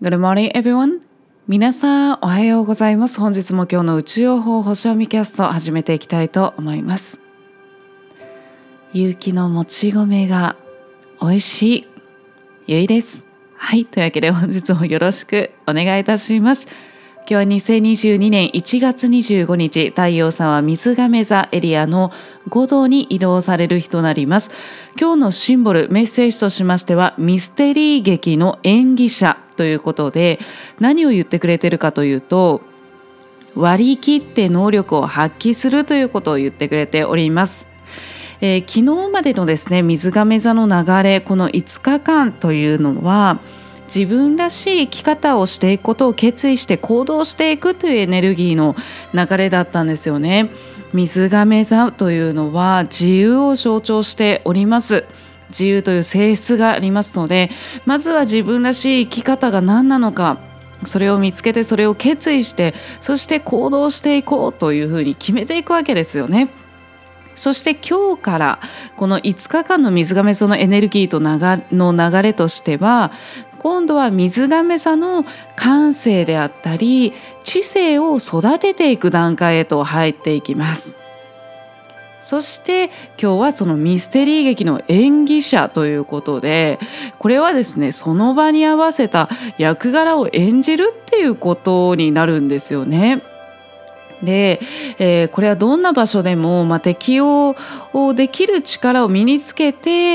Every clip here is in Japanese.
Good morning, everyone. 皆さん、おはようございます。本日も今日の宇宙予報星読みキャスト始めていきたいと思います。有機のもち米が美味しいゆいです。はい、というわけで本日もよろしくお願いいたします。今日は2022年1月25日、太陽さんは水亀座エリアの5度に移動される日となります。今日のシンボル、メッセージとしましては、ミステリー劇の演技者ということで、何を言ってくれているかというと、割り切って能力を発揮するということを言ってくれております。昨日までのですね、水亀座の流れ、この5日間というのは、自分らしい生き方をしていくことを決意して行動していくというエネルギーの流れだったんですよね。水亀座というのは自由を象徴しております。自由という性質がありますので、まずは自分らしい生き方が何なのか、それを見つけてそれを決意して、そして行動していこうというふうに決めていくわけですよね。そして今日からこの5日間の水亀座のエネルギーの流れとしては、今度は水亀座の感性であったり知性を育てていく段階へと入っていきます。そして今日はそのミステリー劇の演技者ということで、これはですね、その場に合わせた役柄を演じるっていうことになるんですよね。で、これはどんな場所でも、適応できる力を身につけて、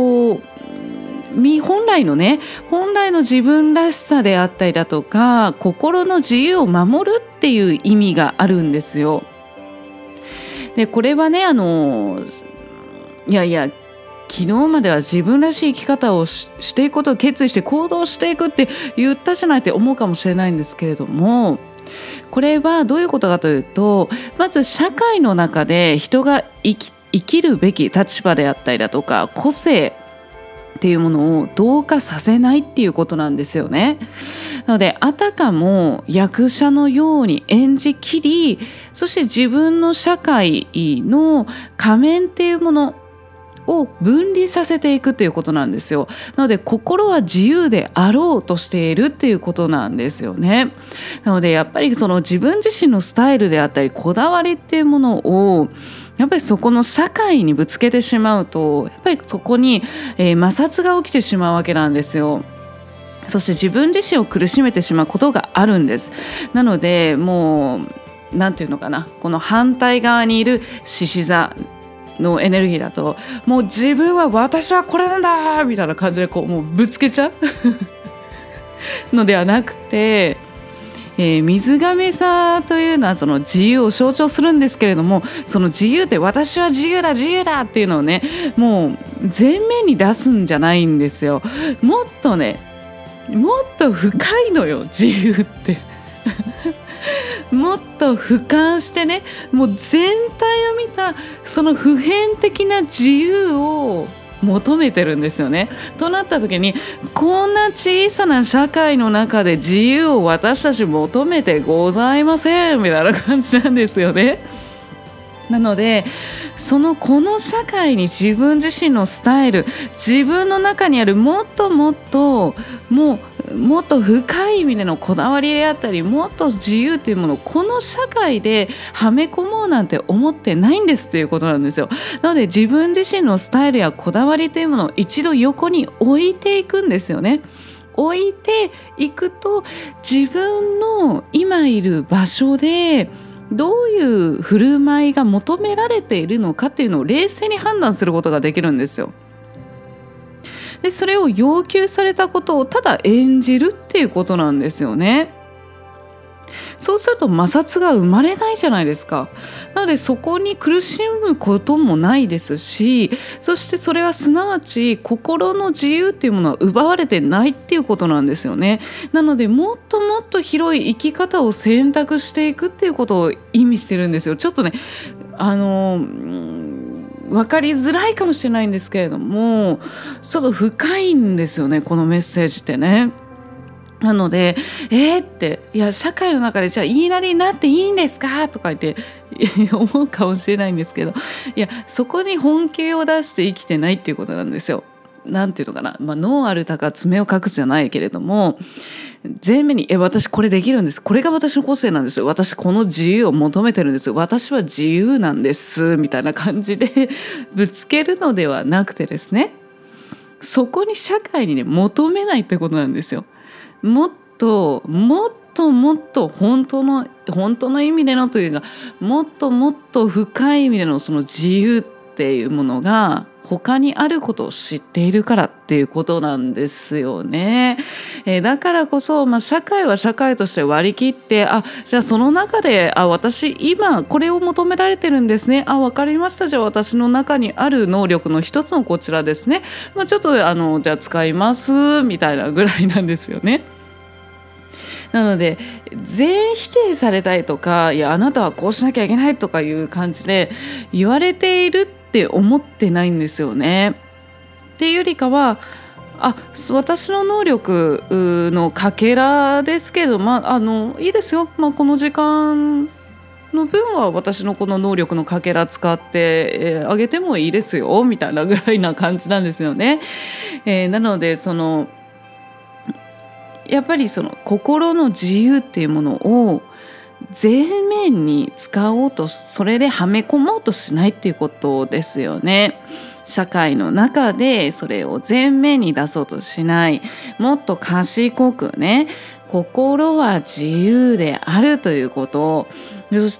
本来の自分らしさであったりだとか、心の自由を守るっていう意味があるんですよ。で、これはね、昨日までは自分らしい生き方をしていくことを決意して行動していくって言ったじゃないって思うかもしれないんですけれども、これはどういうことかというと、まず社会の中で人が生きるべき立場であったりだとか個性っていうものを同化させないっていうことなんですよね。なのであたかも役者のように演じきり、そして自分の社会の仮面っていうものを分離させていくということなんですよ。なので心は自由であろうとしているっていうことなんですよね。なのでやっぱりその自分自身のスタイルであったりこだわりっていうものをやっぱりそこの社会にぶつけてしまうと、やっぱりそこに、摩擦が起きてしまうわけなんですよ。そして自分自身を苦しめてしまうことがあるんです。なのでもうなんていうのかな、この反対側にいる獅子座のエネルギーだと、もう自分は私はこれなんだみたいな感じでもうぶつけちゃうのではなくて、水亀座というのはその自由を象徴するんですけれども、その自由って私は自由だっていうのをね、もう前面に出すんじゃないんですよ。もっと深いのよ、自由ってもっと俯瞰してね、もう全体を見たその普遍的な自由を求めてるんですよね。となった時に、こんな小さな社会の中で自由を私たち求めてございませんみたいな感じなんですよね。なのでこの社会に自分自身のスタイル、自分の中にあるもっと深い意味でのこだわりであったり、もっと自由というものをこの社会ではめ込もうなんて思ってないんですっていうことなんですよ。なので自分自身のスタイルやこだわりというものを一度横に置いていくんですよね。置いていくと、自分の今いる場所でどういう振る舞いが求められているのかっていうのを冷静に判断することができるんですよ。で、それを要求されたことをただ演じるっていうことなんですよね。そうすると摩擦が生まれないじゃないですか。なのでそこに苦しむこともないですし、そしてそれはすなわち心の自由っていうものは奪われてないっていうことなんですよね。なのでもっと広い生き方を選択していくっていうことを意味してるんですよ。ちょっとね、分かりづらいかもしれないんですけれども、ちょっと深いんですよね、このメッセージってね。なので社会の中でじゃあ言いなりになっていいんですかとか言って思うかもしれないんですけど、そこに本気を出して生きてないっていうことなんですよ。 なんていうのかな、脳ある鷹爪を隠すじゃないけれども、前面に私これできるんです、これが私の個性なんです、私この自由を求めてるんです、私は自由なんですみたいな感じでぶつけるのではなくてですね、そこに社会にね求めないってことなんですよ。もっと本当の意味でのというか、もっと深い意味でのその自由っていうものが他にあることを知っているからっていうことなんですよね。だからこそ、社会は社会として割り切って、じゃあその中で私今これを求められてるんですね、分かりました、じゃあ私の中にある能力の一つのこちらですね、ちょっとじゃあ使いますみたいなぐらいなんですよね。なので全否定されたいとか、いやあなたはこうしなきゃいけないとかいう感じで言われているって思ってないんですよね。っていうよりかは、私の能力のかけらですけど、いいですよ、この時間の分は私のこの能力のかけら使ってあげてもいいですよみたいなぐらいな感じなんですよね。なのでやっぱりその心の自由っていうものを前面に使おうと、それではめ込もうとしないっていうことですよね。社会の中でそれを前面に出そうとしない、もっと賢くね、心は自由であるということ、そして、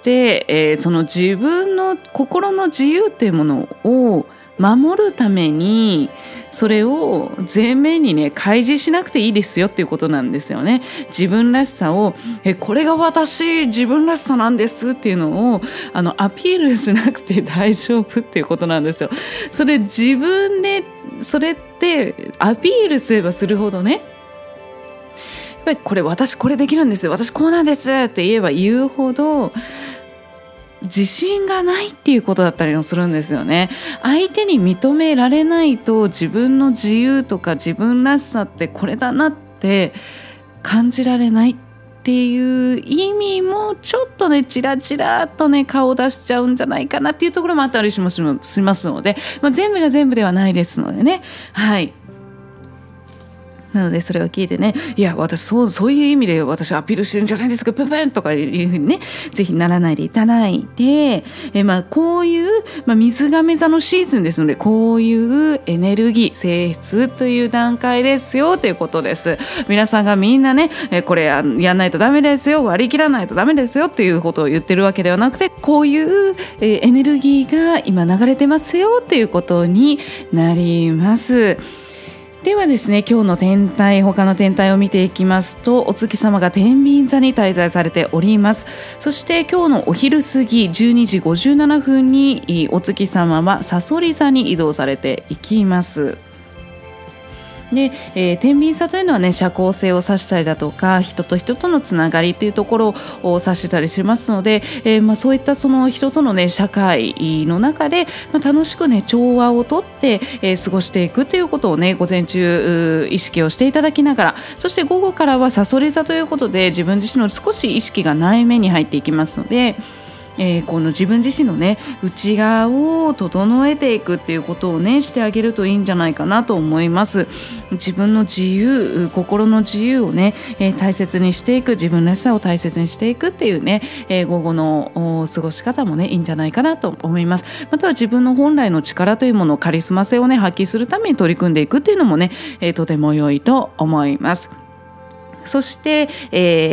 その自分の心の自由っていうものを守るためにそれを前面にね開示しなくていいですよっていうことなんですよね。自分らしさをこれが自分らしさなんですっていうのをアピールしなくて大丈夫っていうことなんですよ。それ自分でそれってアピールすればするほどね、やっぱり私これできるんですよ、私こうなんですって言えば言うほど自信がないっていうことだったりもするんですよね。相手に認められないと自分の自由とか自分らしさってこれだなって感じられないっていう意味もちょっとねチラチラとね顔出しちゃうんじゃないかなっていうところもあったりしますので、全部が全部ではないですのでね。はい、なのでそれを聞いてね、いや私そういう意味で私アピールしてるんじゃないですかプンプンとかいうふうにね、ぜひならないでいただいて、こういう、水亀座のシーズンですので、こういうエネルギー性質という段階ですよということです。皆さんがみんなねこれやんないとダメですよ、割り切らないとダメですよっていうことを言ってるわけではなくて、こういうエネルギーが今流れてますよっていうことになります。ではですね、今日の他の天体を見ていきますと、お月様が天秤座に滞在されております。そして今日のお昼過ぎ12時57分にお月様は蠍座に移動されていきます。で、天秤座というのはね、社交性を指したりだとか、人と人とのつながりというところを指したりしますので、そういったその人とのね社会の中で、楽しくね調和をとって、過ごしていくということをね午前中意識をしていただきながら、そして午後からは蠍座ということで自分自身の少し意識が内面に入っていきますので、この自分自身のね内側を整えていくっていうことをねしてあげるといいんじゃないかなと思います。自分の自由、心の自由をね、大切にしていく、自分らしさを大切にしていくっていうね、午後の過ごし方もねいいんじゃないかなと思います。または自分の本来の力というもの、カリスマ性をね発揮するために取り組んでいくっていうのもね、とても良いと思います。そして、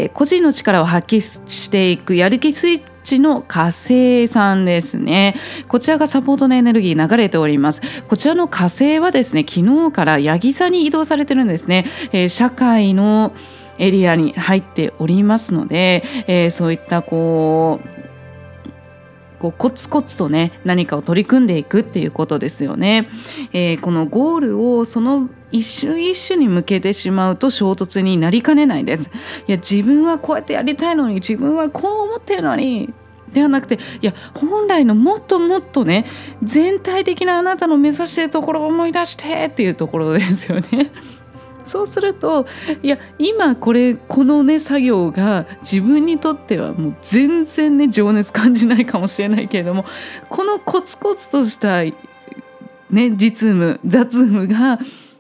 個人の力を発揮していくやる気スイッチの火星さんですね。こちらがサポートのエネルギー流れております。こちらの火星はですね、昨日からヤギ座に移動されてるんですね。社会のエリアに入っておりますので、そういったコツコツとね何かを取り組んでいくっていうことですよね。このゴールをその一瞬一瞬に向けてしまうと衝突になりかねないです。いや自分はこうやってやりたいのに、自分はこう思ってるのにではなくて、いや本来のもっともっとね全体的なあなたの目指しているところを思い出してっていうところですよね。そうすると、いや今このね作業が自分にとってはもう全然ね情熱感じないかもしれないけれども、このコツコツとしたね雑務が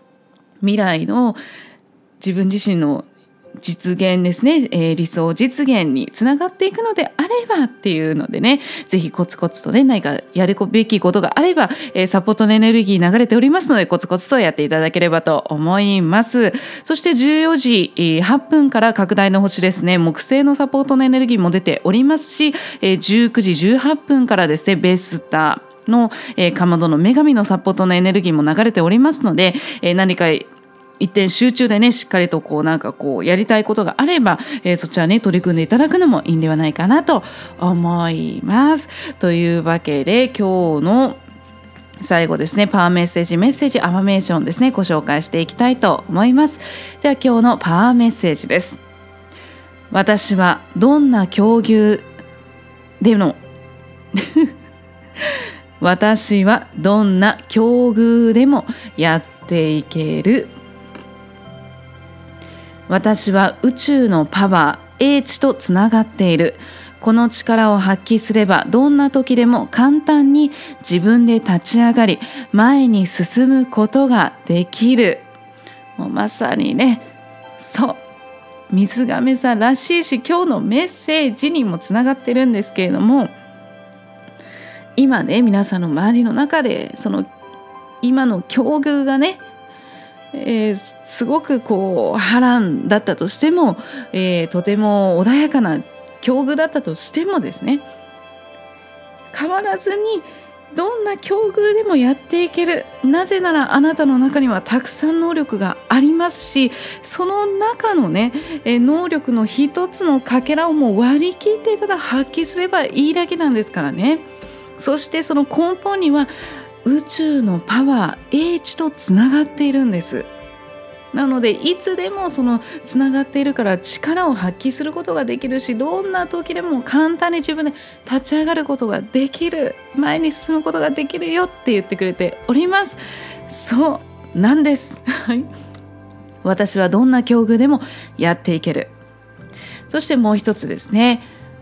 未来の自分自身の実現ですね、理想実現につながっていくのであればっていうのでね、ぜひコツコツとね、何かやるべきことがあれば、サポートのエネルギー流れておりますので、コツコツとやっていただければと思います。そして14時8分から拡大の星ですね、木星のサポートのエネルギーも出ておりますし、19時18分からですね、ベスタのかまどの女神のサポートのエネルギーも流れておりますので、何か一点集中でね、しっかりとやりたいことがあれば、そちらね取り組んでいただくのもいいんではないかなと思います。というわけで今日の最後ですね、パワーメッセージアファメーションですね、ご紹介していきたいと思います。では今日のパワーメッセージです。私はどんな境遇でも私はどんな境遇でもやっていける。私は宇宙のパワー、英知とつながっている。この力を発揮すればどんな時でも簡単に自分で立ち上がり前に進むことができる。もうまさにね、そう水亀座らしいし、今日のメッセージにもつながってるんですけれども、今ね皆さんの周りの中でその今の境遇がね、すごく波乱だったとしても、とても穏やかな境遇だったとしてもですね、変わらずにどんな境遇でもやっていける。なぜならあなたの中にはたくさん能力がありますし、その中のね、能力の一つのかけらをもう割り切ってただ発揮すればいいだけなんですからね。そしてその根本には宇宙のパワー、英知とつながっているんです。なのでいつでもそのつながっているから力を発揮することができるし、どんな時でも簡単に自分で立ち上がることができる、前に進むことができるよって言ってくれております。そうなんです私はどんな境遇でもやっていける。そしてもう一つですね、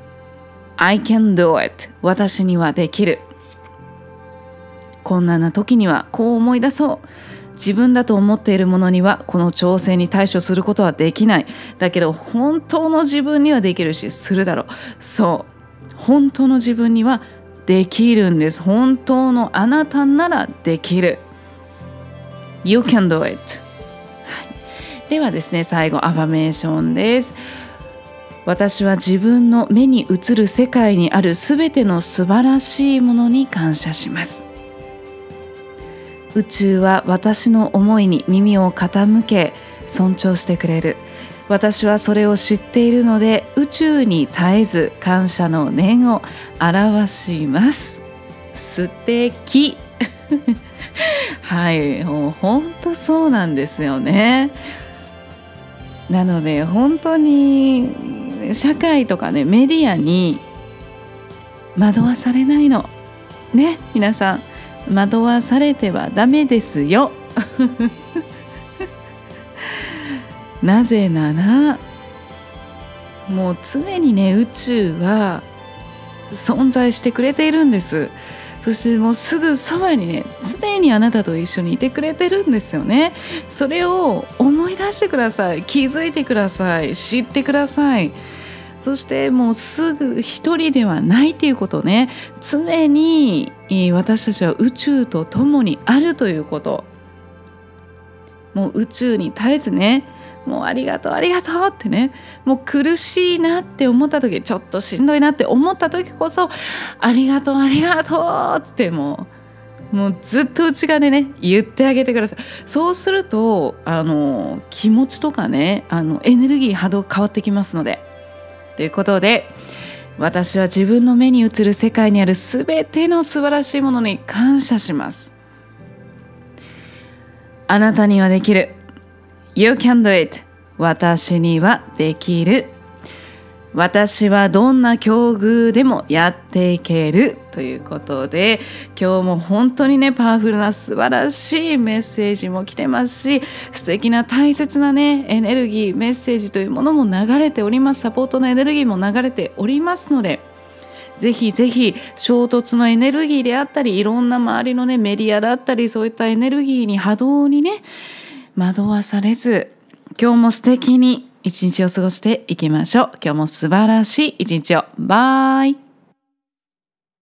I can do it、 私にはできる。困難な時にはこう思い出そう。自分だと思っているものにはこの挑戦に対処することはできない。だけど本当の自分にはできるし、するだろう。そう本当の自分にはできるんです。本当のあなたならできる。 You can do it、ではですね、最後アファメーションです。私は自分の目に映る世界にあるすべての素晴らしいものに感謝します。宇宙は私の思いに耳を傾け尊重してくれる。私はそれを知っているので宇宙に絶えず感謝の念を表します。素敵はい、もう本当そうなんですよね。なので本当に社会とかね、メディアに惑わされないのね。皆さん惑わされてはダメですよなぜならもう常にね、宇宙は存在してくれているんです。そしてもうすぐそばにね、常にあなたと一緒にいてくれてるんですよね。それを思い出してください。気づいてください。知ってください。そしてもうすぐ一人ではないということをね、常に私たちは宇宙と共にあるということ、もう宇宙に絶えずね、もうありがとうありがとうってね、もう苦しいなって思った時、ちょっとしんどいなって思った時こそありがとうありがとうってもうずっと内側でね言ってあげてください。そうすると気持ちとかね、エネルギー波動変わってきますので。ということで、私は自分の目に映る世界にあるすべての素晴らしいものに感謝します。あなたにはできる。 You can do it。 私にはできる。私はどんな境遇でもやっていけるということで、今日も本当にねパワフルな素晴らしいメッセージも来てますし、素敵な大切なねエネルギーメッセージというものも流れております。サポートのエネルギーも流れておりますので、ぜひぜひ衝突のエネルギーであったり、いろんな周りのねメディアだったり、そういったエネルギーに波動にね惑わされず、今日も素敵に一日を過ごしていきましょう。今日も素晴らしい一日を。バイ。